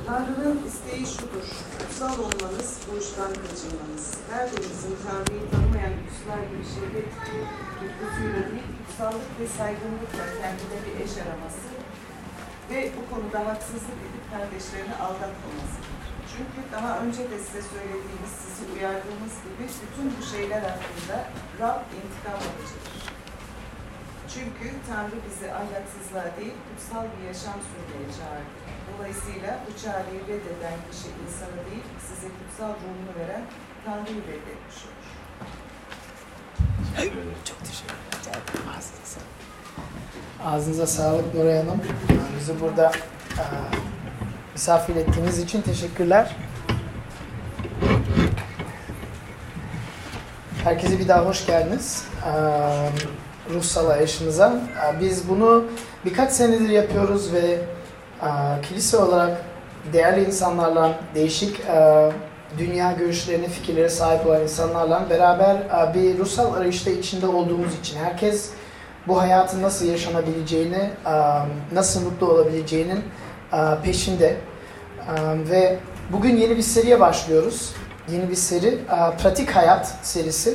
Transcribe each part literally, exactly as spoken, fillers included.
Tanrı'nın isteği şudur, kutsal olmanız, bu işten kaçınmanız. Her birimizin Tanrı'yı tanımayan üstler bir şehvet tutkusuyla değil, kutsallık ve saygınlıkla kendine bir eş araması ve bu konuda haksızlık edip kardeşlerini aldatmamasıdır. Çünkü daha önce de size söylediğimiz, sizi uyardığımız gibi bütün bu şeyler hakkında Rab intikam alacaktır. Çünkü Tanrı bizi ahlaksızlığa değil, kutsal bir yaşam sürmeye çağırdı. Dolayısıyla bu çağrıyı reddeden kişi insanı değil, size kutsal ruhunu veren Tanrı'yı reddetmiş olur. Çok teşekkür ederim. Ağzınıza, Ağzınıza sağlık Nuray Hanım. Bizi burada e, misafir ettiğiniz için teşekkürler. Herkese bir daha hoş geldiniz. E, Ruhsal Arayışımıza. E, biz bunu birkaç senedir yapıyoruz ve e, kilise olarak değerli insanlarla, değişik e, dünya görüşlerine, fikirlere sahip olan insanlarla beraber e, bir ruhsal arayışta içinde olduğumuz için herkes bu hayatın nasıl yaşanabileceğini, e, nasıl mutlu olabileceğinin e, peşinde. E, ve bugün yeni bir seriye başlıyoruz. Yeni bir seri, e, Pratik Hayat serisi.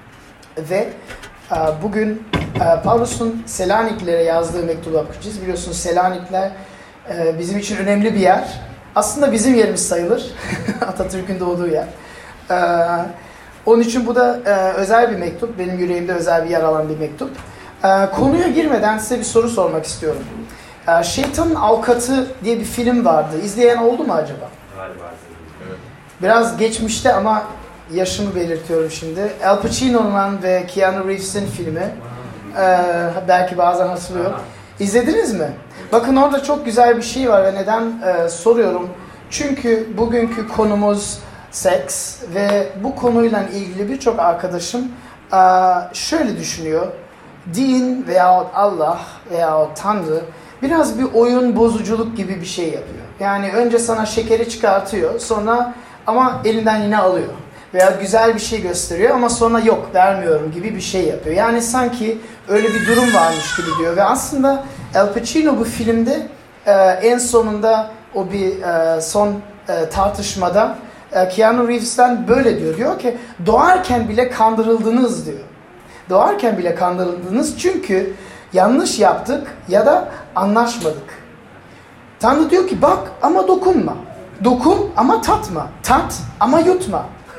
Ve e, bugün e, Pavlus'un Selaniklilere yazdığı mektubu okuyacağız. Biliyorsunuz Selanikler e, bizim için önemli bir yer. Aslında bizim yerimiz sayılır. Atatürk'ün doğduğu yer. Ee, onun için bu da e, özel bir mektup. Benim yüreğimde özel bir yer alan bir mektup. Ee, konuya girmeden size bir soru sormak istiyorum. Ee, Şeytanın Avukatı diye bir film vardı. İzleyen oldu mu acaba? Galiba. Evet. Biraz geçmişte ama yaşımı belirtiyorum şimdi. Al Pacino'nun ve Keanu Reeves'in filmi. Ee, belki bazen hatırlıyor. İzlediniz mi? Bakın orada çok güzel bir şey var ve neden e, soruyorum? Çünkü bugünkü konumuz seks ve bu konuyla ilgili birçok arkadaşım e, şöyle düşünüyor. Din veya Allah veya Tanrı biraz bir oyun bozuculuk gibi bir şey yapıyor. Yani önce sana şekeri çıkartıyor, sonra ama elinden yine alıyor. Veya güzel bir şey gösteriyor ama sonra yok vermiyorum gibi bir şey yapıyor. Yani sanki öyle bir durum varmış gibi diyor. Ve aslında Al Pacino bu filmde e, en sonunda o bir e, son e, tartışmada e, Keanu Reeves'ten böyle diyor. Diyor ki doğarken bile kandırıldınız diyor. Doğarken bile kandırıldınız çünkü yanlış yaptık ya da anlaşmadık. Tanrı diyor ki bak ama dokunma. Dokun ama tatma. Tat ama yutma.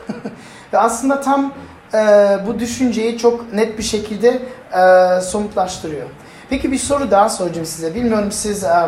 Ve aslında tam e, bu düşünceyi çok net bir şekilde e, somutlaştırıyor. Peki bir soru daha soracağım size. Bilmiyorum siz e,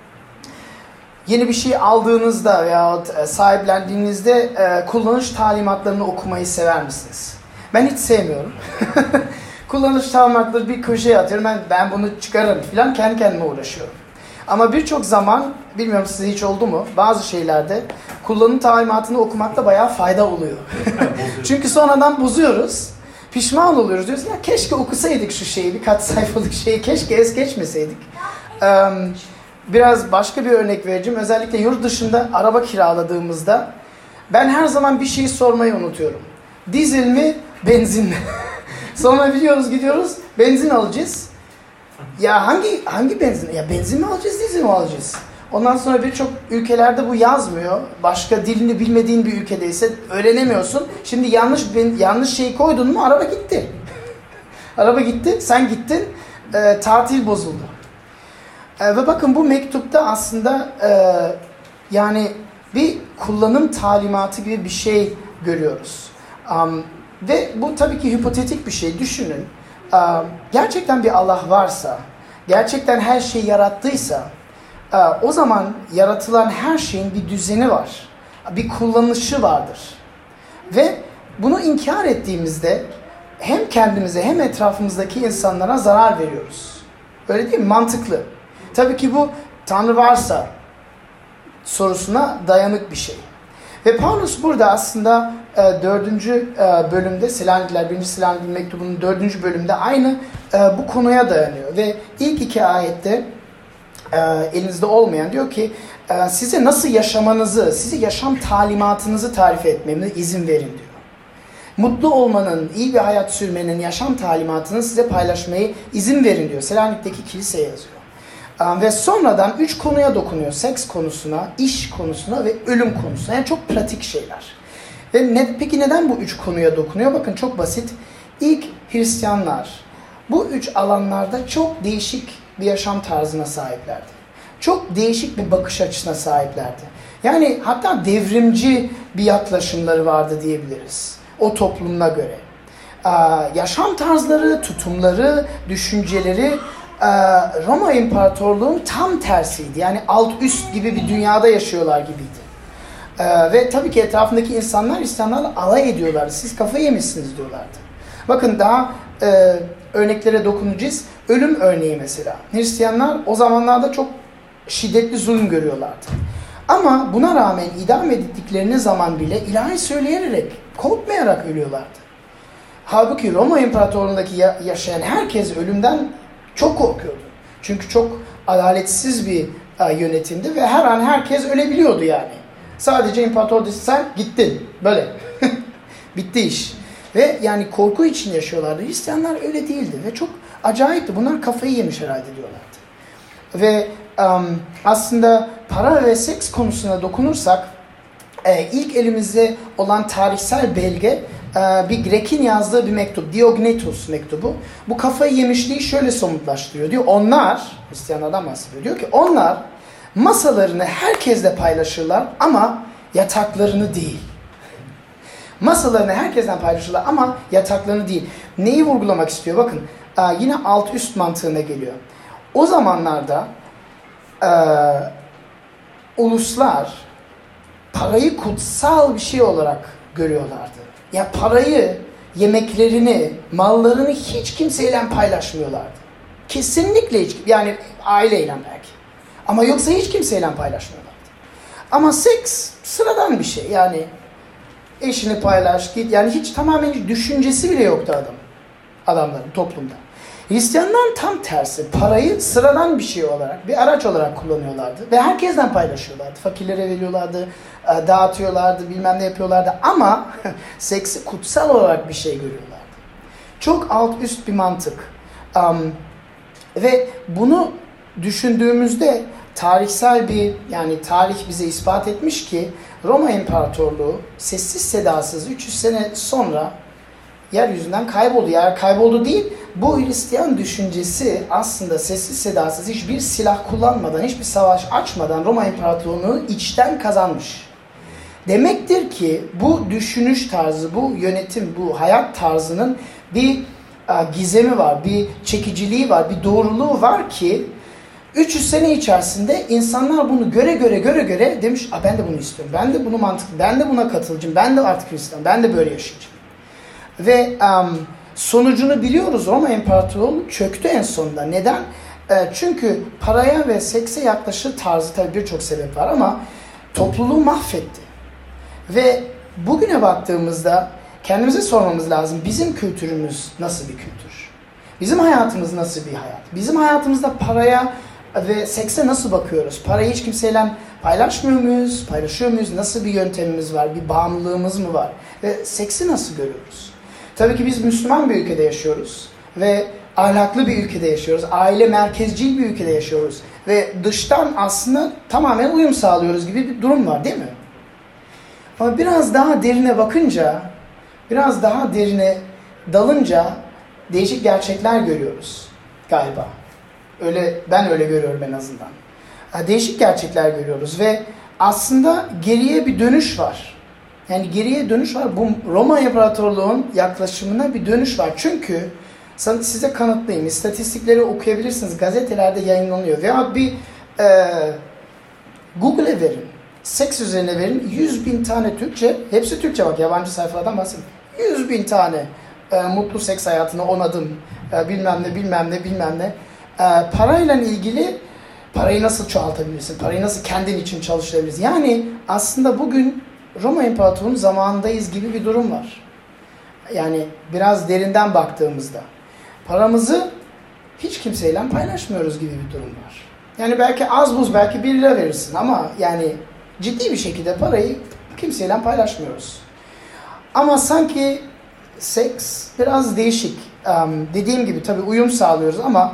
yeni bir şey aldığınızda veya e, sahiplendiğinizde e, kullanış talimatlarını okumayı sever misiniz? Ben hiç sevmiyorum. Kullanış talimatları bir köşeye atıyorum. Ben, ben bunu çıkarırım falan kendi kendime uğraşıyorum. Ama birçok zaman, bilmiyorum size hiç oldu mu, bazı şeylerde kullanım talimatını okumakta bayağı fayda oluyor. Çünkü sonradan bozuyoruz, pişman oluyoruz. Diyoruz ya keşke okusaydık şu şeyi, birkaç sayfalık şeyi, keşke es geçmeseydik. Ee, biraz başka bir örnek vereceğim. Özellikle yurt dışında araba kiraladığımızda ben her zaman bir şeyi sormayı unutuyorum. Dizel mi, benzin mi? Sonra biliyoruz gidiyoruz, benzin alacağız. Ya hangi hangi benzin? Ya benzin mi alacağız, dizel mi alacağız? Ondan sonra birçok ülkelerde bu yazmıyor. Başka dilini bilmediğin bir ülkedeyse öğrenemiyorsun. Şimdi yanlış yanlış şeyi koydun mu araba gitti. Araba gitti, sen gittin, e, tatil bozuldu. E, ve bakın bu mektupta aslında e, yani bir kullanım talimatı gibi bir şey görüyoruz. Um, ve bu tabii ki hipotetik bir şey. Düşünün. Um, gerçekten bir Allah varsa, gerçekten her şeyi yarattıysa, o zaman yaratılan her şeyin bir düzeni var. Bir kullanışı vardır. Ve bunu inkar ettiğimizde hem kendimize hem etrafımızdaki insanlara zarar veriyoruz. Öyle değil mi? Mantıklı. Tabii ki bu Tanrı varsa sorusuna dayanık bir şey. Ve Paulus burada aslında e, dördüncü e, bölümde Selanikliler, birinci Selanikli mektubunun dördüncü bölümde aynı e, bu konuya dayanıyor. Ve ilk iki ayette e, elinizde olmayan diyor ki e, size nasıl yaşamanızı, size yaşam talimatınızı tarif etmeme izin verin diyor. Mutlu olmanın, iyi bir hayat sürmenin yaşam talimatını size paylaşmayı izin verin diyor. Selanik'teki kiliseye yazıyor. Um, ve sonradan üç konuya dokunuyor. Seks konusuna, iş konusuna ve ölüm konusuna. Yani çok pratik şeyler. Ve ne, peki neden bu üç konuya dokunuyor? Bakın çok basit. İlk Hristiyanlar bu üç alanlarda çok değişik bir yaşam tarzına sahiplerdi. Çok değişik bir bakış açısına sahiplerdi. Yani hatta devrimci bir yaklaşımları vardı diyebiliriz. O toplumuna göre. Ee, yaşam tarzları, tutumları, düşünceleri e, Roma İmparatorluğu'nun tam tersiydi. Yani alt üst gibi bir dünyada yaşıyorlar gibiydi. Ee, ve tabii ki etrafındaki insanlar Hristiyanlarla alay ediyorlardı. Siz kafayı yemişsiniz diyorlardı. Bakın daha e, örneklere dokunacağız. Ölüm örneği mesela. Hristiyanlar o zamanlarda çok şiddetli zulüm görüyorlardı. Ama buna rağmen idam edildiklerini zaman bile ilahi söyleyerek, korkmayarak ölüyorlardı. Halbuki Roma İmparatorluğu'ndaki yaşayan herkes ölümden çok korkuyordu. Çünkü çok adaletsiz bir yönetimdi ve her an herkes ölebiliyordu yani. Sadece imparator desen gittin. Böyle. Bitti iş. Ve yani korku için yaşıyorlardı. Hristiyanlar öyle değildi ve çok acayipti. Bunlar kafayı yemiş herhalde diyorlardı. Ve um, aslında para ve seks konusuna dokunursak e, ilk elimizde olan tarihsel belge e, bir Grek'in yazdığı bir mektup. Diognetos mektubu. Bu kafayı yemişliği şöyle somutlaştırıyor. Diyor onlar, Hristiyanlardan bahsediyor. Diyor ki onlar masalarını herkesle paylaşırlar ama yataklarını değil. Masalarını herkesten paylaşırlar ama yataklarını değil. Neyi vurgulamak istiyor? Bakın yine alt üst mantığına geliyor. O zamanlarda e, uluslar parayı kutsal bir şey olarak görüyorlardı. Ya parayı, yemeklerini, mallarını hiç kimseyle paylaşmıyorlardı. Kesinlikle hiç, yani aileyle belki. Ama yoksa hiç kimseyle paylaşmıyorlardı. Ama seks sıradan bir şey. Yani eşini paylaş, git. Yani hiç tamamen hiç düşüncesi bile yoktu adam. Adamların, toplumda. Hristiyanların tam tersi. Parayı sıradan bir şey olarak, bir araç olarak kullanıyorlardı. Ve herkesten paylaşıyorlardı. Fakirlere veriyorlardı, dağıtıyorlardı, bilmem ne yapıyorlardı. Ama seksi kutsal olarak bir şey görüyorlardı. Çok alt üst bir mantık. Um, ve bunu düşündüğümüzde tarihsel bir, yani tarih bize ispat etmiş ki Roma İmparatorluğu sessiz sedasız üç yüz sene sonra yeryüzünden kayboldu. Yani kayboldu değil, bu Hristiyan düşüncesi aslında sessiz sedasız hiçbir silah kullanmadan, hiçbir savaş açmadan Roma İmparatorluğu'nu içten kazanmış. Demektir ki bu düşünüş tarzı, bu yönetim, bu hayat tarzının bir a, gizemi var, bir çekiciliği var, bir doğruluğu var ki üç yüz sene içerisinde insanlar bunu göre göre göre göre demiş, "Aa, ben de bunu istiyorum, ben de bunu mantıklı, ben de buna katılacağım, ben de artık Hristiyan, ben de böyle yaşayacağım." Ve um, sonucunu biliyoruz, Roma İmparatorluğu çöktü en sonunda. Neden? E, çünkü paraya ve sekse yaklaşır tarzı tabii birçok sebep var ama topluluğu mahvetti. Ve bugüne baktığımızda kendimize sormamız lazım, bizim kültürümüz nasıl bir kültür? Bizim hayatımız nasıl bir hayat? Bizim hayatımızda paraya ve sekse nasıl bakıyoruz? Parayı hiç kimseyle paylaşmıyor muyuz? Paylaşıyor muyuz? Nasıl bir yöntemimiz var? Bir bağımlılığımız mı var? Ve seksi nasıl görüyoruz? Tabii ki biz Müslüman bir ülkede yaşıyoruz. Ve ahlaklı bir ülkede yaşıyoruz. Aile merkezcil bir ülkede yaşıyoruz. Ve dıştan aslında tamamen uyum sağlıyoruz gibi bir durum var değil mi? Ama biraz daha derine bakınca, biraz daha derine dalınca değişik gerçekler görüyoruz galiba. Öyle, ben öyle görüyorum en azından. Değişik gerçekler görüyoruz ve aslında geriye bir dönüş var. Yani geriye dönüş var. Bu Roma İmparatorluğu'nun yaklaşımına bir dönüş var. Çünkü size kanıtlayayım. İstatistikleri okuyabilirsiniz. Gazetelerde yayınlanıyor. Veya bir e, Google'e verin. Seks üzerine verin. yüz bin tane Türkçe. Hepsi Türkçe bak. Yabancı sayfalardan bahsedeyim. yüz bin tane e, mutlu seks hayatına onadım. E, bilmem ne bilmem ne bilmem ne. E, parayla ilgili parayı nasıl çoğaltabilirsin? Parayı nasıl kendin için çalıştırabilirsin? Yani aslında bugün Roma İmparatorluğu'nun zamanındayız gibi bir durum var. Yani biraz derinden baktığımızda. Paramızı hiç kimseyle paylaşmıyoruz gibi bir durum var. Yani belki az buz, belki bir lira verirsin ama yani ciddi bir şekilde parayı kimseyle paylaşmıyoruz. Ama sanki seks biraz değişik. Um, dediğim gibi tabii uyum sağlıyoruz ama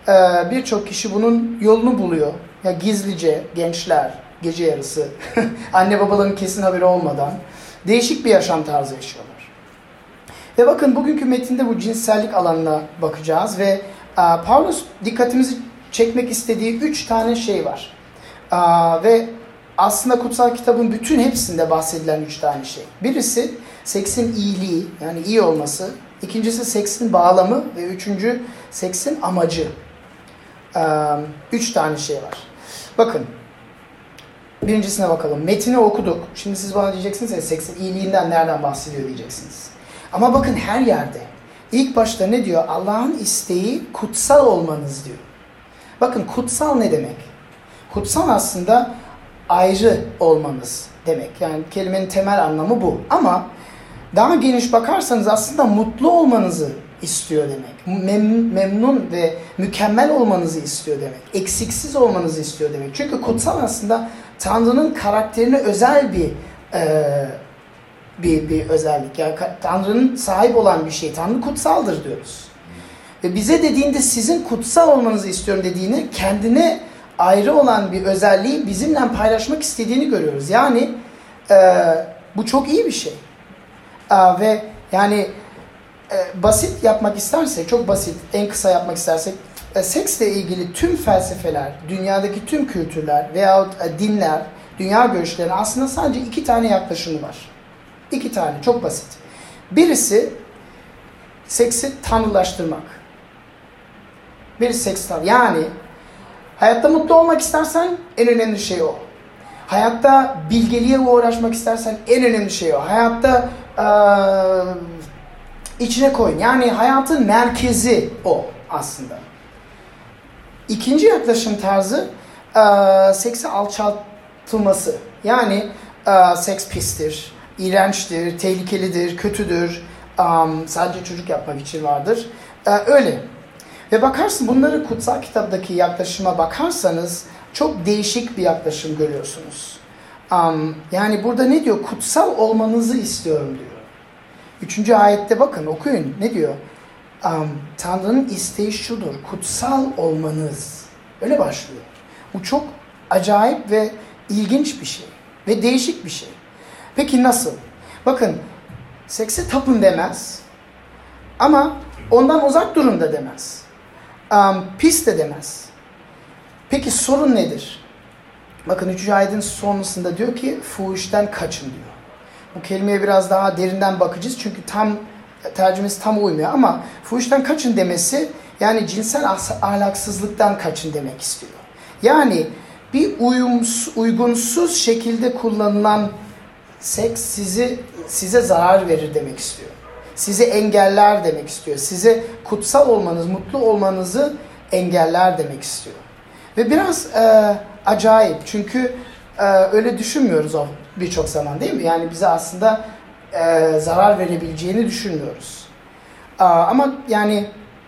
e, birçok kişi bunun yolunu buluyor. Ya gizlice gençler gece yarısı anne babaların kesin haberi olmadan değişik bir yaşam tarzı yaşıyorlar. Ve bakın bugünkü metinde bu cinsellik alanına bakacağız ve e, Paulus dikkatimizi çekmek istediği üç tane şey var. E, ve aslında kutsal kitabın bütün hepsinde bahsedilen üç tane şey. Birisi seksin iyiliği, yani iyi olması. İkincisi seksin bağlamı ve üçüncü seksin amacı. E, üç tane şey var. Bakın, birincisine bakalım. Metini okuduk. Şimdi siz bana diyeceksiniz ya seksin iyiliğinden nereden bahsediyor diyeceksiniz. Ama bakın her yerde. İlk başta ne diyor? Allah'ın isteği kutsal olmanız diyor. Bakın kutsal ne demek? Kutsal aslında ayrı olmanız demek. Yani kelimenin temel anlamı bu. Ama daha geniş bakarsanız aslında mutlu olmanızı istiyor demek. Mem- memnun ve mükemmel olmanızı istiyor demek. Eksiksiz olmanızı istiyor demek. Çünkü kutsal aslında Tanrı'nın karakterine özel bir e, bir, bir özellik. Yani Tanrı'nın sahip olan bir şey. Tanrı kutsaldır diyoruz. Ve bize dediğinde sizin kutsal olmanızı istiyorum dediğini, kendine ayrı olan bir özelliği bizimle paylaşmak istediğini görüyoruz. Yani e, bu çok iyi bir şey. E, ve yani e, basit yapmak istersek, çok basit, en kısa yapmak istersek, e, seksle ilgili tüm felsefeler, dünyadaki tüm kültürler veyahut e, dinler, dünya görüşlerinin aslında sadece iki tane yaklaşımı var. İki tane, çok basit. Birisi seksi tanrılaştırmak. Birisi seks tanrı. Yani hayatta mutlu olmak istersen en önemli şey o. Hayatta bilgeliğe uğraşmak istersen en önemli şey o. Hayatta e, içine koyun. Yani hayatın merkezi o aslında. İkinci yaklaşım tarzı e, seksi alçaltılması. Yani e, seks pistir, iğrençtir, tehlikelidir, kötüdür, um, sadece çocuk yapmak için vardır. E, öyle. Ve bakarsın bunları kutsal kitaptaki yaklaşıma bakarsanız çok değişik bir yaklaşım görüyorsunuz. Um, yani burada ne diyor? Kutsal olmanızı istiyorum diyor. Üçüncü ayette bakın okuyun. Ne diyor? Um, Tanrı'nın isteği şudur. Kutsal olmanız. Öyle başlıyor. Bu çok acayip ve ilginç bir şey. Ve değişik bir şey. Peki nasıl? Bakın sekse tapın demez. Ama ondan uzak durun da demez. Um, pis de demez. Peki sorun nedir? Bakın üçüncü ayetin sonrasında diyor ki fuhuştan kaçın diyor. Bu kelimeye biraz daha derinden bakacağız çünkü tam tercümesi tam uymuyor ama fuhuştan kaçın demesi yani cinsel ahlaksızlıktan kaçın demek istiyor. Yani bir uyumsuz, uygunsuz şekilde kullanılan seks sizi size zarar verir demek istiyor. Sizi engeller demek istiyor. Size kutsal olmanız, mutlu olmanızı engeller demek istiyor. Ve biraz e, acayip çünkü e, öyle düşünmüyoruz o birçok zaman değil mi? Yani bize aslında e, zarar verebileceğini düşünmüyoruz. E, ama yani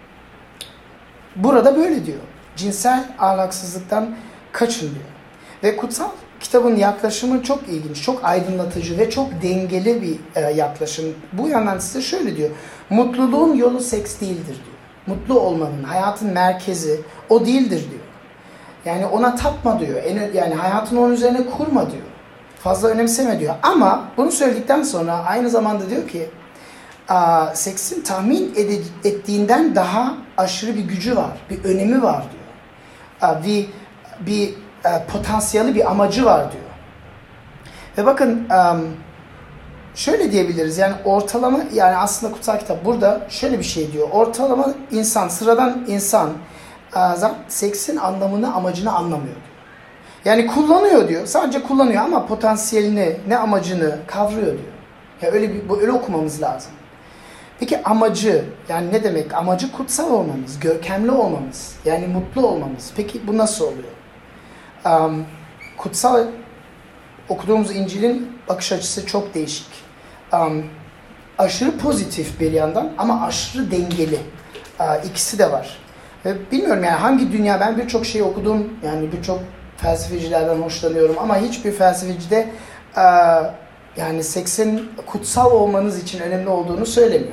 burada böyle diyor. Cinsel ahlaksızlıktan kaçın diyor. Ve kutsal kitabın yaklaşımı çok ilginç, çok aydınlatıcı ve çok dengeli bir e, yaklaşım. Bu yandan size şöyle diyor. Mutluluğun yolu seks değildir diyor. Mutlu olmanın, hayatın merkezi o değildir diyor. Yani ona tapma diyor. Yani hayatını onun üzerine kurma diyor. Fazla önemseme diyor. Ama bunu söyledikten sonra aynı zamanda diyor ki a, seksin tahmin ede- ettiğinden daha aşırı bir gücü var. Bir önemi var diyor. A, bir bir e, potansiyeli, bir amacı var diyor. Ve bakın um, şöyle diyebiliriz. Yani ortalama, yani aslında kutsal kitap burada şöyle bir şey diyor. Ortalama insan, sıradan insan zaten seksin anlamını, amacını anlamıyor diyor. Yani kullanıyor diyor. Sadece kullanıyor ama potansiyelini, ne amacını kavruyor diyor. Ya öyle bir, bu öyle okumamız lazım. Peki amacı, yani ne demek? Amacı kutsal olmamız, görkemli olmamız, yani mutlu olmamız. Peki bu nasıl oluyor? Um, kutsal okuduğumuz İncil'in bakış açısı çok değişik. Um, aşırı pozitif bir yandan ama aşırı dengeli. Uh, ikisi de var. Ve bilmiyorum yani hangi dünya, ben birçok şey okudum, yani birçok felsefecilerden hoşlanıyorum ama hiçbir felsefecide uh, yani seksin kutsal olmanız için önemli olduğunu söylemiyor.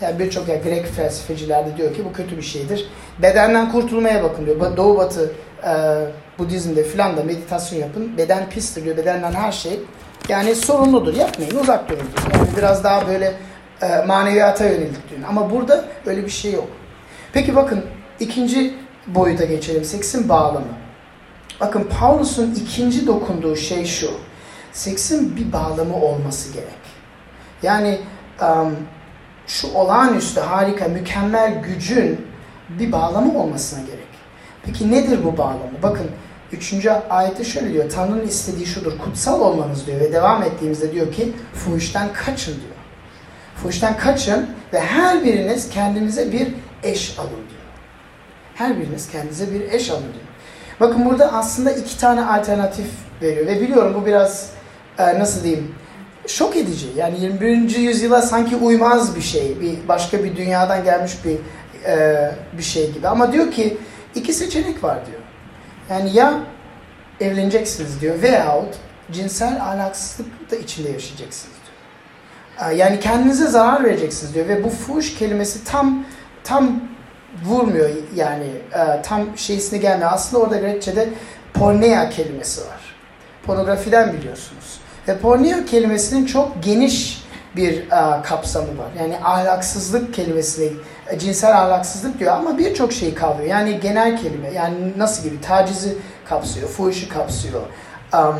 Yani birçok ya Grek felsefeciler de diyor ki bu kötü bir şeydir. Bedenden kurtulmaya bakın diyor. Doğu Batı e, Budizm'de filan da meditasyon yapın. Beden pistir diyor. Bedenden her şey. Yani sorumludur. Yapmayın. Uzak durun diyor. Yani biraz daha böyle e, maneviyata yönelik diyor. Ama burada öyle bir şey yok. Peki bakın ikinci boyuta geçelim. Seksin bağlamı. Bakın Paulus'un ikinci dokunduğu şey şu. Seksin bir bağlamı olması gerek. Yani um, şu olağanüstü, harika, mükemmel gücün bir bağlamı olmasına gerek. Peki nedir bu bağlamı? Bakın üçüncü ayette şöyle diyor. Tanrı'nın istediği şudur. Kutsal olmanız diyor ve devam ettiğimizde diyor ki fuhuştan kaçın diyor. Fuhuştan kaçın ve her biriniz kendinize bir eş alın diyor. Her biriniz kendinize bir eş alın diyor. Bakın burada aslında iki tane alternatif veriyor ve biliyorum bu biraz e, nasıl diyeyim şok edici. Yani yirmi birinci yüzyıla sanki uymaz bir şey, bir başka bir dünyadan gelmiş bir e, bir şey gibi. Ama diyor ki iki seçenek var diyor. Yani ya evleneceksiniz diyor veyahut cinsel ahlaksızlık da içinde yaşayacaksınız diyor. E, yani kendinize zarar vereceksiniz diyor ve bu fuhuş kelimesi tam tam vurmuyor yani e, tam şeysine gelmiyor. Aslında orada Grekçe'de porneia kelimesi var. Pornografiden biliyorsunuz. Ve porneia kelimesinin çok geniş bir e, kapsamı var. Yani ahlaksızlık kelimesine, e, cinsel ahlaksızlık diyor ama birçok şeyi kavrıyor. Yani genel kelime, yani nasıl gibi tacizi kapsıyor, fuhuşu kapsıyor, um,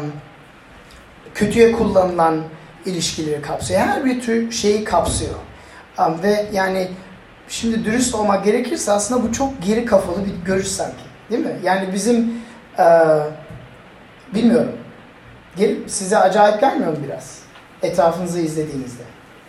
kötüye kullanılan ilişkileri kapsıyor. Her bir tür şeyi kapsıyor. Um, ve yani şimdi dürüst olmak gerekirse aslında bu çok geri kafalı bir görüş sanki. Değil mi? Yani bizim e, bilmiyorum. Gelip size acayip gelmiyor mu biraz? Etrafınızı izlediğinizde.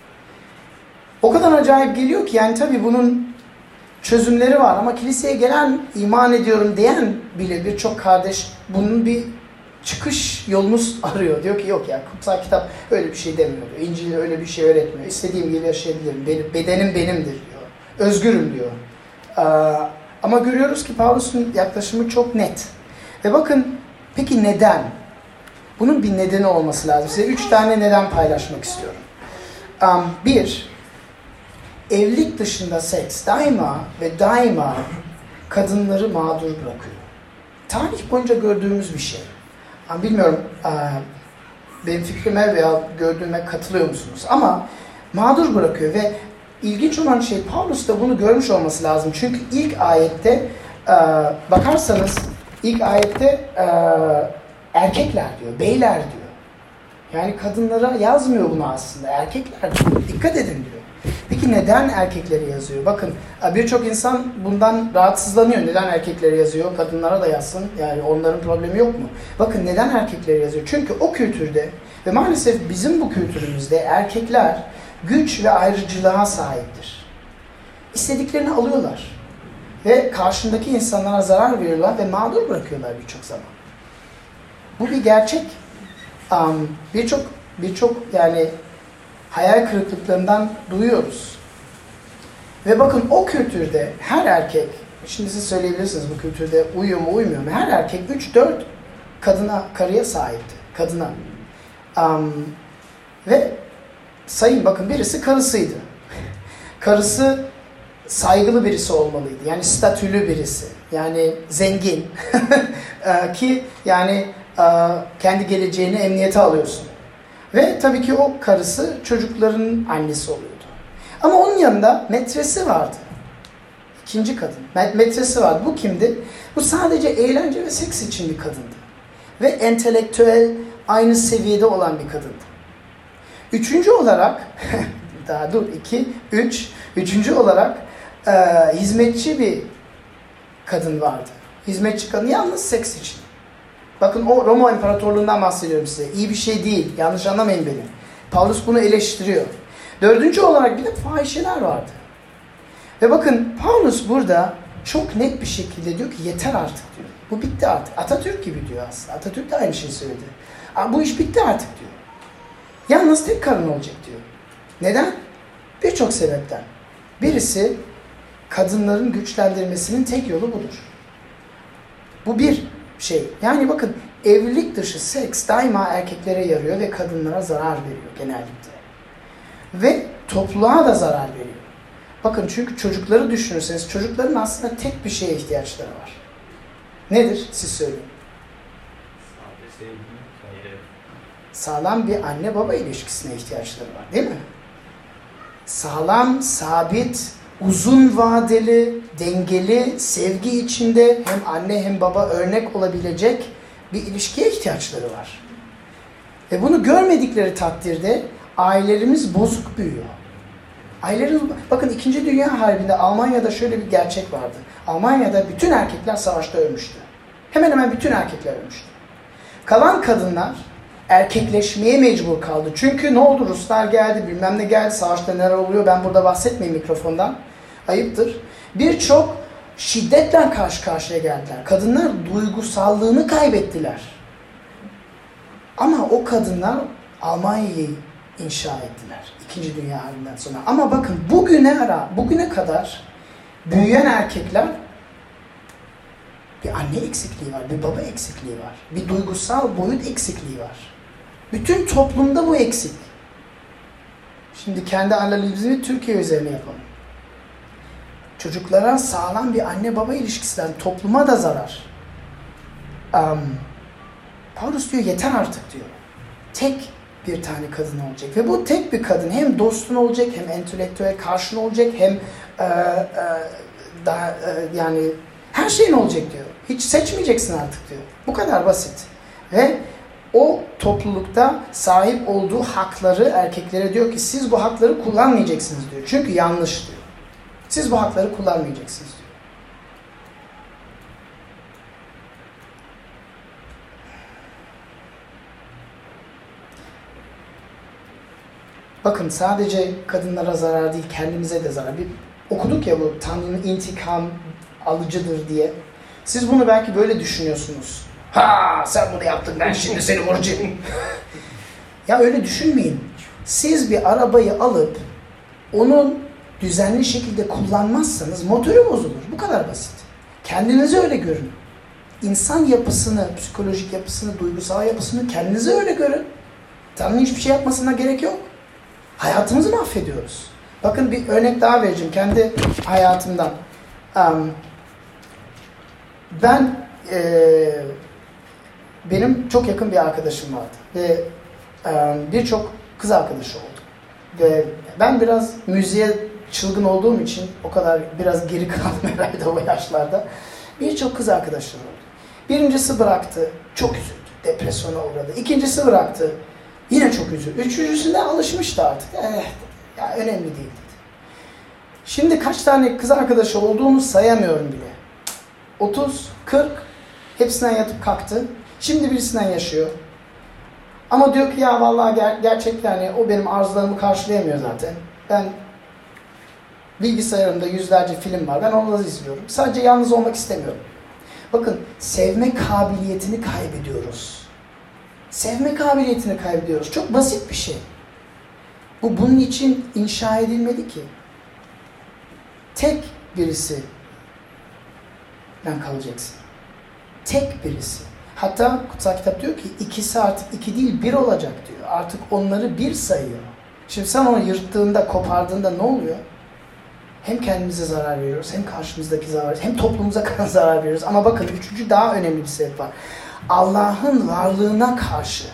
O kadar acayip geliyor ki yani tabii bunun çözümleri var ama kiliseye gelen, iman ediyorum diyen bile birçok kardeş bunun bir çıkış yolunu arıyor. Diyor ki yok ya kutsal kitap öyle bir şey demiyor. İncil öyle bir şey öğretmiyor. İstediğim gibi yaşayabilirim. Benim, bedenim benimdir diyor. Özgürüm diyor. Ee, ama görüyoruz ki Paulus'un yaklaşımı çok net. Ve bakın peki neden? Bunun bir nedeni olması lazım. Size üç tane neden paylaşmak istiyorum. Um, bir, evlilik dışında seks daima ve daima kadınları mağdur bırakıyor. Tarih boyunca gördüğümüz bir şey. Um, bilmiyorum uh, benim fikrime veya gördüğüme katılıyor musunuz? Ama mağdur bırakıyor ve ilginç olan şey Paulus da bunu görmüş olması lazım. Çünkü ilk ayette uh, bakarsanız ilk ayette uh, erkekler diyor, beyler diyor. Yani kadınlara yazmıyor bunu aslında. Erkekler diyor. Dikkat edin diyor. Peki neden erkeklere yazıyor? Bakın birçok insan bundan rahatsızlanıyor. Neden erkeklere yazıyor? Kadınlara da yazsın. Yani onların problemi yok mu? Bakın neden erkeklere yazıyor? Çünkü o kültürde ve maalesef bizim bu kültürümüzde erkekler güç ve ayrıcılığa sahiptir. İstediklerini alıyorlar. Ve karşındaki insanlara zarar veriyorlar ve mağdur bırakıyorlar birçok zaman. Bu bir gerçek. Um, birçok birçok yani hayal kırıklıklarından duyuyoruz. Ve bakın o kültürde her erkek, şimdi siz söyleyebilirsiniz bu kültürde uyuyor mu uymuyor mu? Her erkek üç dört kadına, karıya sahipti. Kadına. Um, ve sayın bakın birisi karısıydı. Karısı saygılı birisi olmalıydı. Yani statülü birisi. Yani zengin. Ki yani kendi geleceğini emniyete alıyorsun. Ve tabii ki o karısı çocukların annesi oluyordu. Ama onun yanında metresi vardı. İkinci kadın. Metresi vardı. Bu kimdi? Bu sadece eğlence ve seks için bir kadındı. Ve entelektüel aynı seviyede olan bir kadındı. Üçüncü olarak daha dur iki, üç. Üçüncü olarak e, hizmetçi bir kadın vardı. Hizmetçi kadın yalnız seks için. Bakın o Roma İmparatorluğundan bahsediyorum size. İyi bir şey değil. Yanlış anlamayın beni. Paulus bunu eleştiriyor. Dördüncü olarak bir de fahişeler vardı. Ve bakın Paulus burada çok net bir şekilde diyor ki yeter artık diyor. Bu bitti artık. Atatürk gibi diyor aslında. Atatürk de aynı şeyi söyledi. Bu iş bitti artık diyor. Yalnız tek karın olacak diyor. Neden? Birçok sebepten. Birisi kadınların güçlendirmesinin tek yolu budur. Bu bir şey. Yani bakın evlilik dışı seks daima erkeklere yarıyor ve kadınlara zarar veriyor genellikle. Ve topluluğa da zarar veriyor. Bakın çünkü çocukları düşünürseniz çocukların aslında tek bir şeye ihtiyaçları var. Nedir? Siz söyleyin. Sağlam bir anne baba ilişkisine ihtiyaçları var değil mi? Sağlam, sabit, uzun vadeli, dengeli, sevgi içinde hem anne hem baba örnek olabilecek bir ilişkiye ihtiyaçları var. Ve bunu görmedikleri takdirde ailelerimiz bozuk büyüyor. Ailelerimiz, bakın İkinci Dünya Harbi'nde Almanya'da şöyle bir gerçek vardı. Almanya'da bütün erkekler savaşta ölmüştü. Hemen hemen bütün erkekler ölmüştü. Kalan kadınlar erkekleşmeye mecbur kaldı. Çünkü ne oldu? Ruslar geldi, bilmem ne geldi, savaşta neler oluyor ben burada bahsetmeyeyim mikrofondan. Ayıptır. Birçok şiddetle karşı karşıya geldiler. Kadınlar duygusallığını kaybettiler. Ama o kadınlar Almanya'yı inşa ettiler. İkinci Dünya Harbi'nden sonra. Ama bakın bugüne ara, bugüne kadar büyüyen erkekler bir anne eksikliği var, bir baba eksikliği var, bir duygusal boyut eksikliği var. Bütün toplumda bu eksik. Şimdi kendi analizimi Türkiye üzerine yapalım. Çocuklara sağlam bir anne baba ilişkisinden topluma da zarar. Um, Paulus diyor yeter artık diyor. Tek bir tane kadın olacak ve bu tek bir kadın hem dostun olacak hem entelektüel karşın olacak hem e, e, daha e, yani her şeyin olacak diyor. Hiç seçmeyeceksin artık diyor. Bu kadar basit. Ve o toplulukta sahip olduğu hakları erkeklere diyor ki siz bu hakları kullanmayacaksınız diyor. Çünkü yanlış diyor. Siz bu hakları kullanmayacaksınız diyor. Bakın sadece kadınlara zarar değil, kendimize de zarar. Bir, okuduk ya bu Tanrı'nın intikam alıcıdır diye. Siz bunu belki böyle düşünüyorsunuz. Ha sen bunu yaptın ben şimdi seni vuracağım. Ya öyle düşünmeyin. Siz bir arabayı alıp onun düzenli şekilde kullanmazsanız motoru bozulur. Bu kadar basit. Kendinizi öyle görün. İnsan yapısını, psikolojik yapısını, duygusal yapısını kendinize öyle görün. Tanrı'nın hiçbir şey yapmasına gerek yok. Hayatımızı mahvediyoruz. Bakın bir örnek daha vereceğim kendi hayatımdan. Um, ben e, benim çok yakın bir arkadaşım vardı ve e, birçok kız arkadaşı oldu. Ve ben biraz müziğe çılgın olduğum için o kadar biraz geri kaldım herhalde o yaşlarda. Birçok kız arkadaşları oldu. Birincisi bıraktı, çok üzüldü, depresyona uğradı. İkincisi bıraktı, yine çok üzüldü. Üçüncüsünde alışmıştı artık. Eh, ya önemli değil dedi. Şimdi kaç tane kız arkadaşı olduğunu sayamıyorum bile. otuz, kırk, hepsinden yatıp kalktı. Şimdi birisinden yaşıyor. Ama diyor ki ya vallahi ger- gerçekten yani o benim arzularımı karşılayamıyor zaten. Ben bilgisayarımda yüzlerce film var. Ben onları izliyorum. Sadece yalnız olmak istemiyorum. Bakın sevme kabiliyetini kaybediyoruz. Sevme kabiliyetini kaybediyoruz. Çok basit bir şey. Bu bunun için inşa edilmedi ki. Tek birisi ben kalacaksın. Tek birisi. Hatta kutsal kitap diyor ki ikisi artık iki değil bir olacak diyor. Artık onları bir sayıyor. Şimdi sen onu yırttığında, kopardığında ne oluyor? Hem kendimize zarar veriyoruz, hem karşımızdaki zarar veriyoruz, hem toplumumuza zarar veriyoruz. Ama bakın üçüncü daha önemli bir sebep var. Allah'ın varlığına karşı.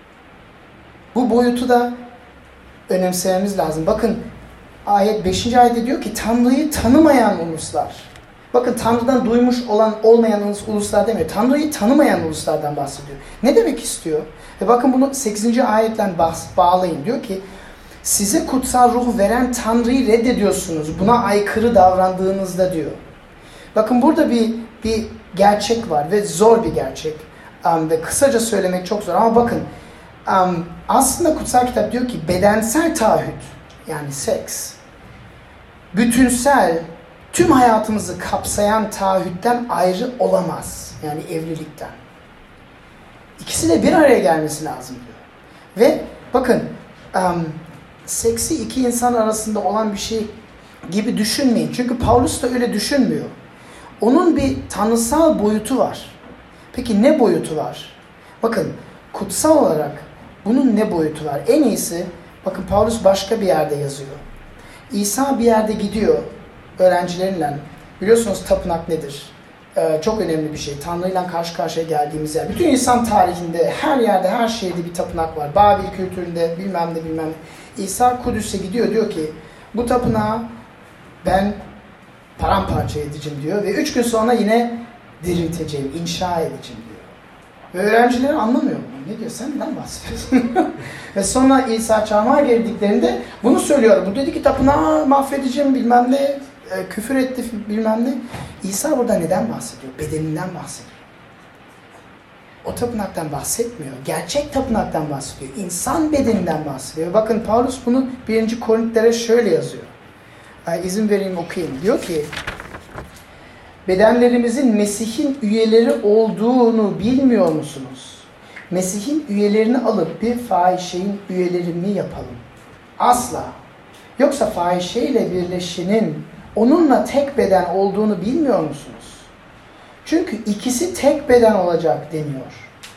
Bu boyutu da önemsememiz lazım. Bakın ayet beşinci ayette diyor ki Tanrı'yı tanımayan uluslar. Bakın Tanrı'dan duymuş olan olmayan uluslar demiyor. Tanrı'yı tanımayan uluslardan bahsediyor. Ne demek istiyor? Ve bakın bunu sekizinci ayetten bağlayın. Diyor ki size kutsal ruhu veren Tanrı'yı reddediyorsunuz. Buna aykırı davrandığınızda diyor. Bakın burada bir bir gerçek var ve zor bir gerçek. Um, ve kısaca söylemek çok zor ama bakın um, aslında kutsal kitap diyor ki bedensel taahhüt yani seks bütünsel tüm hayatımızı kapsayan taahhütten ayrı olamaz. Yani evlilikten. İkisi de bir araya gelmesi lazım diyor. Ve bakın um, seksi iki insan arasında olan bir şey gibi düşünmeyin. Çünkü Paulus da öyle düşünmüyor. Onun bir tanrısal boyutu var. Peki ne boyutu var? Bakın kutsal olarak bunun ne boyutu var? En iyisi bakın Paulus başka bir yerde yazıyor. İsa bir yerde gidiyor öğrencileriyle. Biliyorsunuz tapınak nedir? Ee, çok önemli bir şey. Tanrı'yla karşı karşıya geldiğimiz yer. Bütün insan tarihinde her yerde, her şehirde bir tapınak var. Babil kültüründe bilmem ne bilmem ne. İsa Kudüs'e gidiyor, diyor ki bu tapınağı ben paramparça edeceğim diyor ve üç gün sonra yine dirilteceğim, inşa edeceğim diyor. Ve öğrencileri anlamıyor bunu. Ne diyor? Sen neden bahsediyorsun? Ve sonra İsa çarmıha geldiklerinde bunu söylüyor. Bu dedi ki tapınağı mahvedeceğim bilmem ne, küfür etti bilmem ne. İsa burada neden bahsediyor? Bedeninden bahsediyor. O tapınaktan bahsetmiyor. Gerçek tapınaktan bahsediyor. İnsan bedeninden bahsediyor. Bakın Paulus bunu birinci Korintlilere şöyle yazıyor. İzin vereyim okuyayım. Diyor ki bedenlerimizin Mesih'in üyeleri olduğunu bilmiyor musunuz? Mesih'in üyelerini alıp bir fahişenin üyeleri mi yapalım? Asla. Yoksa fahişeyle birleşenin onunla tek beden olduğunu bilmiyor musunuz? Çünkü ikisi tek beden olacak deniyor.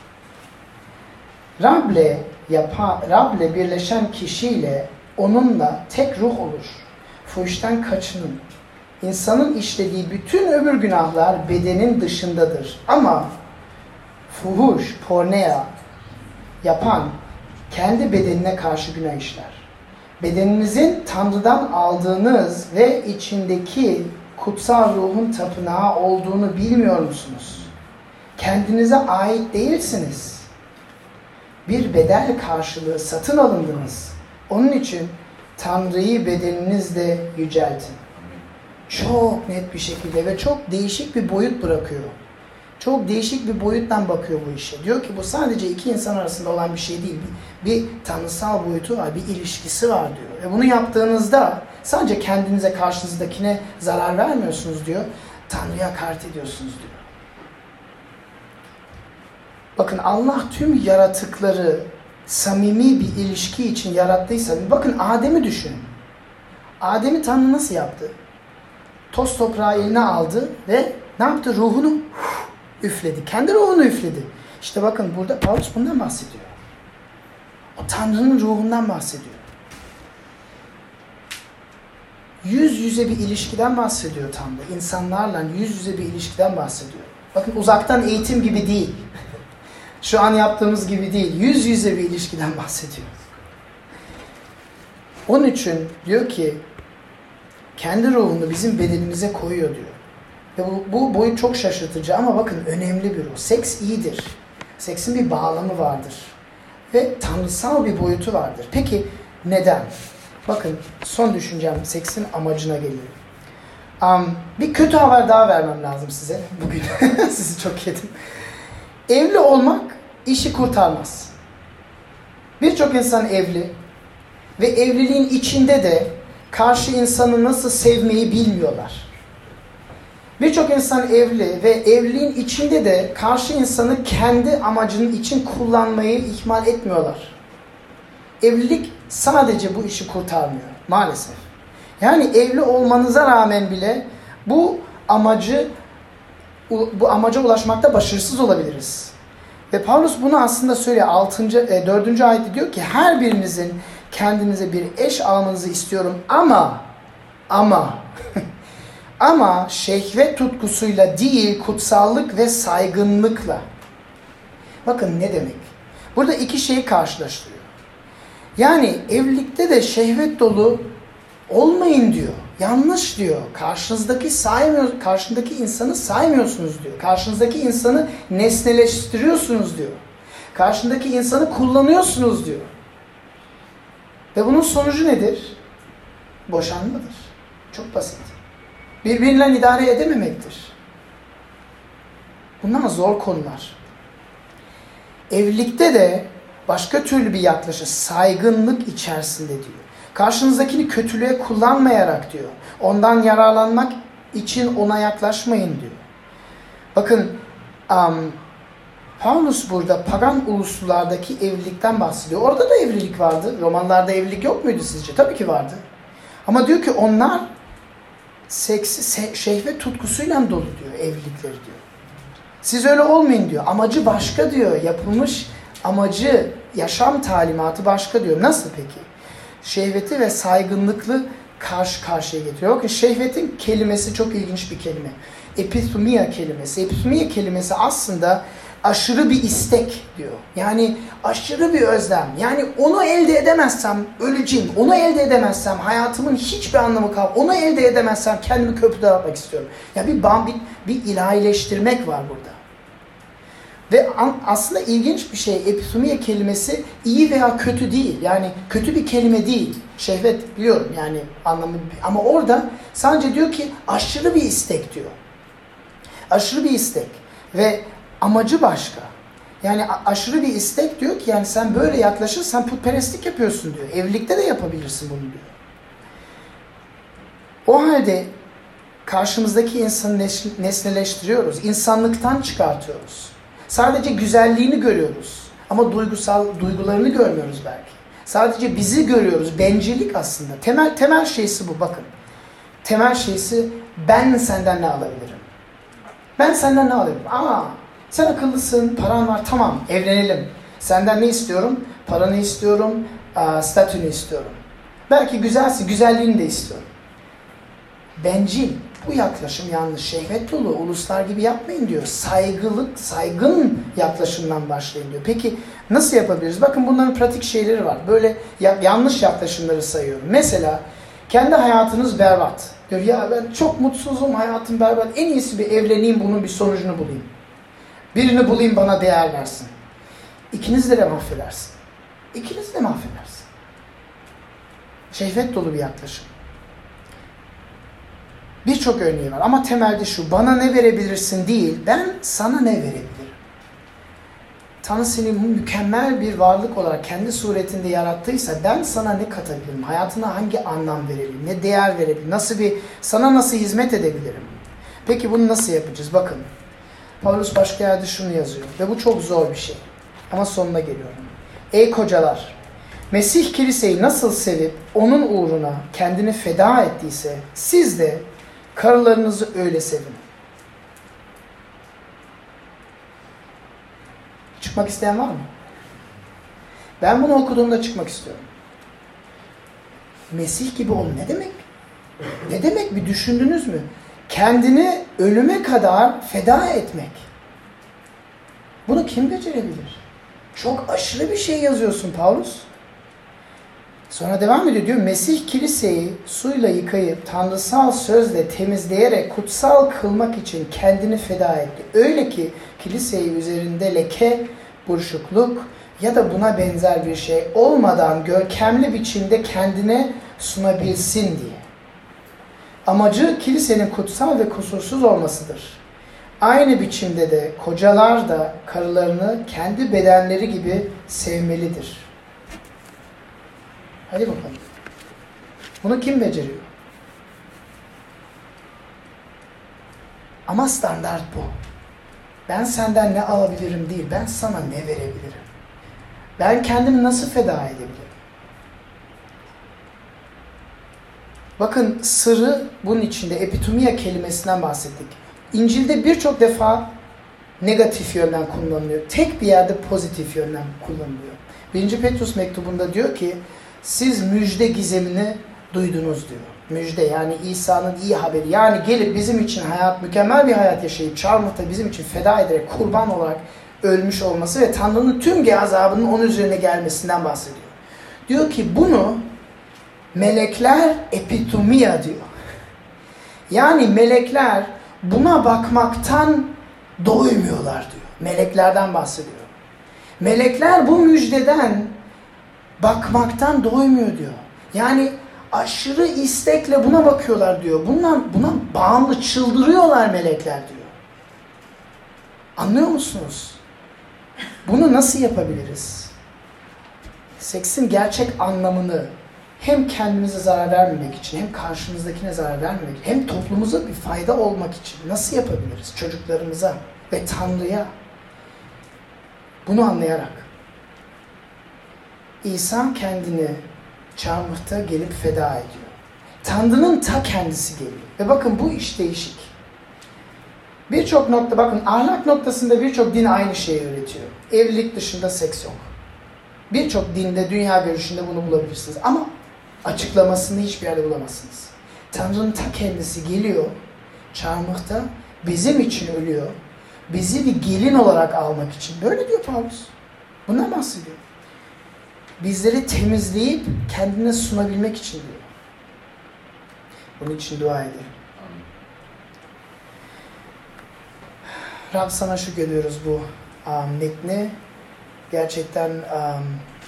Rab'le yapa, Rab'le birleşen kişiyle onunla tek ruh olur. Fuhuştan kaçının. İnsanın işlediği bütün öbür günahlar bedenin dışındadır. Ama fuhuş, porneia yapan kendi bedenine karşı günah işler. Bedeninizin Tanrı'dan aldığınız ve içindeki kutsal ruhun tapınağı olduğunu bilmiyor musunuz? Kendinize ait değilsiniz. Bir bedel karşılığı satın alındınız. Onun için Tanrı'yı bedeninizle yüceltin. Çok net bir şekilde ve çok değişik bir boyut bırakıyor. Çok değişik bir boyuttan bakıyor bu işe. Diyor ki bu sadece iki insan arasında olan bir şey değil. Bir, bir tanrısal boyutu var, bir ilişkisi var diyor. Ve bunu yaptığınızda sadece kendinize, karşınızdakine zarar vermiyorsunuz diyor. Tanrı'ya hakaret ediyorsunuz diyor. Bakın Allah tüm yaratıkları samimi bir ilişki için yarattıysa, bakın Adem'i düşünün. Adem'i Tanrı nasıl yaptı? Toz toprağı eline aldı ve ne yaptı? Ruhunu üfledi. Kendi ruhunu üfledi. İşte bakın burada Paulus bundan bahsediyor. O Tanrı'nın ruhundan bahsediyor. Yüz yüze bir ilişkiden bahsediyor Tanrı. İnsanlarla yüz yüze bir ilişkiden bahsediyor. Bakın uzaktan eğitim gibi değil. Şu an yaptığımız gibi değil. Yüz yüze bir ilişkiden bahsediyor. Onun için diyor ki kendi ruhunu bizim bedenimize koyuyor diyor. Ve bu, bu boyut çok şaşırtıcı ama bakın önemli bir ruh. Seks iyidir. Seksin bir bağlamı vardır. Ve tanrısal bir boyutu vardır. Peki neden? Bakın son düşüncem seksin amacına geliyor. Um, bir kötü haber daha vermem lazım size bugün. Sizi çok yedim. Evli olmak işi kurtarmaz. Birçok insan evli ve evliliğin içinde de karşı insanı nasıl sevmeyi bilmiyorlar. Birçok insan evli ve evliliğin içinde de karşı insanı kendi amacının için kullanmayı ihmal etmiyorlar. Evlilik sadece bu işi kurtarmıyor maalesef. Yani evli olmanıza rağmen bile bu amacı bu amaca ulaşmakta başarısız olabiliriz. Ve Paulus bunu aslında söylüyor. altıncı dördüncü ayette diyor ki her birinizin kendinize bir eş almanızı istiyorum ama ama ama şehvet tutkusuyla değil kutsallık ve saygınlıkla. Bakın ne demek? Burada iki şeyi karşılaştırıyor. Yani evlilikte de şehvet dolu olmayın diyor. Yanlış diyor. Karşınızdaki saymıyor, karşındaki insanı saymıyorsunuz diyor. Karşınızdaki insanı nesneleştiriyorsunuz diyor. Karşındaki insanı kullanıyorsunuz diyor. Ve bunun sonucu nedir? Boşanmadır. Çok basit. Birbiriyle idare edememektir. Bunlar zor konular. Evlilikte de başka türlü bir yaklaşım, saygınlık içerisinde diyor. Karşınızdakini kötülüğe kullanmayarak diyor. Ondan yararlanmak için ona yaklaşmayın diyor. Bakın um, Paulus burada pagan uluslardaki evlilikten bahsediyor. Orada da evlilik vardı. Romanlarda evlilik yok muydu sizce? Tabii ki vardı. Ama diyor ki onlar seks, şehvet tutkusuyla dolu diyor evlilikleri diyor. Siz öyle olmayın diyor. Amacı başka diyor. Yapılmış amacı, yaşam talimatı başka diyor. Nasıl peki? Şehveti ve saygınlıklı karşı karşıya getiriyor. Bakın şehvetin kelimesi çok ilginç bir kelime. Epithumia kelimesi. Epithumia kelimesi aslında aşırı bir istek diyor. Yani aşırı bir özlem. Yani onu elde edemezsem öleceğim. Onu elde edemezsem hayatımın hiçbir anlamı kalmaz. Onu elde edemezsem kendimi köprüde atmak istiyorum. Ya yani bir, bir, bir ilahileştirmek var burada. Ve aslında ilginç bir şey, epithumia kelimesi iyi veya kötü değil. Yani kötü bir kelime değil. Şehvet biliyorum yani anlamı. Ama orada sadece diyor ki aşırı bir istek diyor. Aşırı bir istek. Ve amacı başka. Yani aşırı bir istek diyor ki yani sen böyle yaklaşırsan putperestlik yapıyorsun diyor. Evlilikte de yapabilirsin bunu diyor. O halde karşımızdaki insanı nesneleştiriyoruz. İnsanlıktan çıkartıyoruz. Sadece güzelliğini görüyoruz. Ama duygusal duygularını görmüyoruz belki. Sadece bizi görüyoruz. Bencillik aslında. Temel temel şeysi bu bakın. Temel şeysi ben senden ne alabilirim? Ben senden ne alabilirim? Aa, sen akıllısın, paran var, tamam evlenelim. Senden ne istiyorum? Paranı istiyorum, statünü istiyorum. Belki güzelsin, güzelliğini de istiyorum. Bencil. Bu yaklaşım yanlış. Şehvet dolu. Uluslar gibi yapmayın diyor. Saygılık, saygın yaklaşımdan başlayın diyor. Peki nasıl yapabiliriz? Bakın bunların pratik şeyleri var. Böyle ya, yanlış yaklaşımları sayıyorum. Mesela kendi hayatınız berbat. Diyor ya ben çok mutsuzum, hayatım berbat. En iyisi bir evleneyim, bunun bir sonucunu bulayım. Birini bulayım bana değer versin. İkiniz de, de mahvedersin. İkiniz de mahvedersin. Şehvet dolu bir yaklaşım. Birçok örneği var ama temelde şu, bana ne verebilirsin değil, ben sana ne verebilirim? Tanrı seni mükemmel bir varlık olarak kendi suretinde yarattıysa ben sana ne katabilirim? Hayatına hangi anlam verebilirim? Ne değer verebilirim? Nasıl bir, sana nasıl hizmet edebilirim? Peki bunu nasıl yapacağız? Bakın, Paulus başka yerde şunu yazıyor ve bu çok zor bir şey. Ama sonuna geliyorum. Ey kocalar! Mesih kiliseyi nasıl sevip onun uğruna kendini feda ettiyse siz de karılarınızı öyle sevin. Çıkmak isteyen var mı? Ben bunu okuduğumda çıkmak istiyorum. Mesih gibi ol ne demek? Ne demek bir düşündünüz mü? Kendini ölüme kadar feda etmek. Bunu kim becerebilir? Çok aşırı bir şey yazıyorsun Paulus. Sonra devam ediyor diyor. Mesih kiliseyi suyla yıkayıp tanrısal sözle temizleyerek kutsal kılmak için kendini feda etti. Öyle ki kiliseyi üzerinde leke, buruşukluk ya da buna benzer bir şey olmadan görkemli biçimde kendine sunabilsin diye. Amacı kilisenin kutsal ve kusursuz olmasıdır. Aynı biçimde de kocalar da karılarını kendi bedenleri gibi sevmelidir. Hadi bakalım. Bunu kim beceriyor? Ama standart bu. Ben senden ne alabilirim değil, ben sana ne verebilirim? Ben kendimi nasıl feda edebilirim? Bakın sırrı bunun içinde, epithumia kelimesinden bahsettik. İncil'de birçok defa negatif yönden kullanılıyor. Tek bir yerde pozitif yönden kullanılıyor. Birinci Petrus mektubunda diyor ki, siz müjde gizemini duydunuz diyor. Müjde yani İsa'nın iyi haberi. Yani gelip bizim için hayat, mükemmel bir hayat yaşayıp çarmıhta bizim için feda ederek kurban olarak ölmüş olması ve Tanrı'nın tüm gazabının onun üzerine gelmesinden bahsediyor. Diyor ki bunu melekler epithumia diyor. Yani melekler buna bakmaktan doymuyorlar diyor. Meleklerden bahsediyor. Melekler bu müjdeden bakmaktan doymuyor diyor. Yani aşırı istekle buna bakıyorlar diyor. Bundan, buna bağımlı çıldırıyorlar melekler diyor. Anlıyor musunuz? Bunu nasıl yapabiliriz? Seksin gerçek anlamını hem kendimize zarar vermemek için, hem karşımızdakine zarar vermemek, hem toplumuza bir fayda olmak için nasıl yapabiliriz? Çocuklarımıza ve Tanrı'ya. Bunu anlayarak. İsa kendini çarmıhta gelip feda ediyor. Tanrı'nın ta kendisi geliyor. Ve bakın bu iş değişik. Birçok nokta, bakın ahlak noktasında birçok din aynı şeyi öğretiyor. Evlilik dışında seks yok. Birçok dinde, dünya görüşünde bunu bulabilirsiniz. Ama Açıklamasını hiçbir yerde bulamazsınız. Tanrı'nın ta kendisi geliyor, çarmıhta bizim için ölüyor. Bizi bir gelin olarak almak için. Böyle diyor Paulus. Bundan bahsediyor. Bizleri temizleyip kendine sunabilmek için diyor. Bunun için dua edelim. Rab sana şükrediyoruz bu um, metni. Gerçekten um,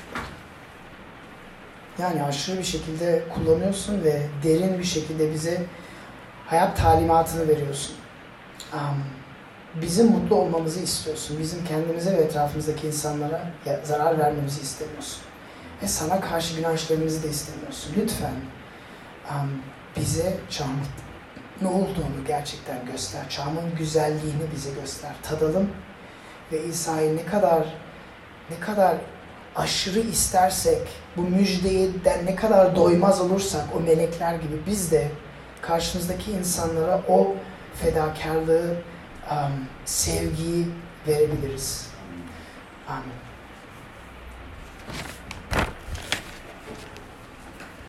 yani aşırı bir şekilde kullanıyorsun ve derin bir şekilde bize hayat talimatını veriyorsun. Um, bizim mutlu olmamızı istiyorsun. Bizim kendimize ve etrafımızdaki insanlara zarar vermemizi istemiyorsun. Ve sana karşı günah işlerimizi de istemiyorsun. Lütfen um, bize çarmıh ne olduğunu gerçekten göster. Çarmıhın güzelliğini bize göster. Tadalım ve İsa'yı ne kadar ne kadar aşırı istersek, bu müjdeyden ne kadar doymaz olursak o melekler gibi biz de karşımızdaki insanlara o fedakarlığı, um, sevgiyi verebiliriz. Amin.